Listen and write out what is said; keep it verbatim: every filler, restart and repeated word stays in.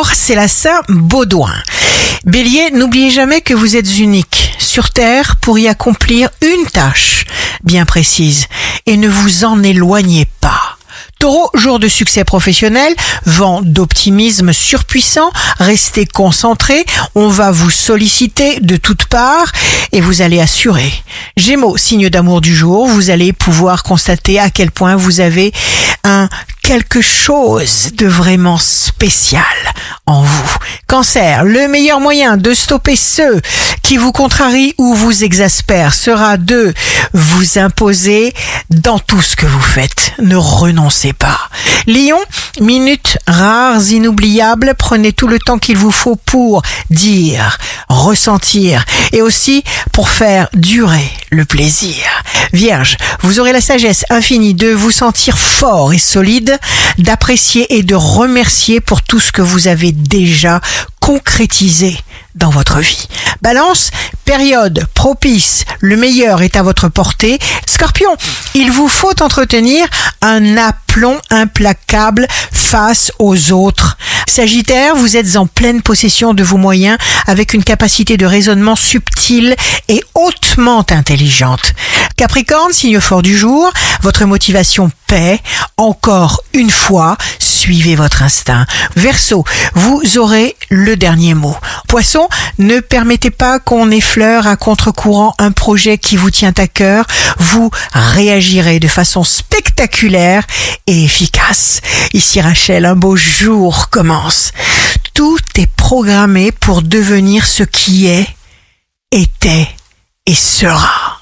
Or, c'est la Saint-Baudouin. Bélier, n'oubliez jamais que vous êtes unique sur Terre pour y accomplir une tâche bien précise et ne vous en éloignez pas. Taureau, jour de succès professionnel, vent d'optimisme surpuissant, restez concentré, on va vous solliciter de toutes parts et vous allez assurer. Gémeaux, signe d'amour du jour, vous allez pouvoir constater à quel point vous avez un quelque chose de vraiment spécial en vous. Cancer, le meilleur moyen de stopper ceux qui vous contrarient ou vous exaspèrent sera de vous imposer dans tout ce que vous faites. Ne renoncez pas. Lion, minutes rares, inoubliables, prenez tout le temps qu'il vous faut pour dire, ressentir et aussi pour faire durer le plaisir. Vierge, vous aurez la sagesse infinie de vous sentir fort et solide, d'apprécier et de remercier pour tout ce que vous avez déjà concrétisé dans votre vie. Balance, période propice, le meilleur est à votre portée. Scorpion, il vous faut entretenir un aplomb implacable face aux autres. Sagittaire, vous êtes en pleine possession de vos moyens avec une capacité de raisonnement subtile et hautement intelligente. Capricorne, signe fort du jour, votre motivation paie. Encore une fois, suivez votre instinct. Verseau, vous aurez le dernier mot. Poisson, ne permettez pas qu'on effleure à contre-courant un projet qui vous tient à cœur. Vous réagirez de façon spectaculaire et efficace. Ici Rachel, un beau jour commence. Tout est programmé pour devenir ce qui est, était et sera.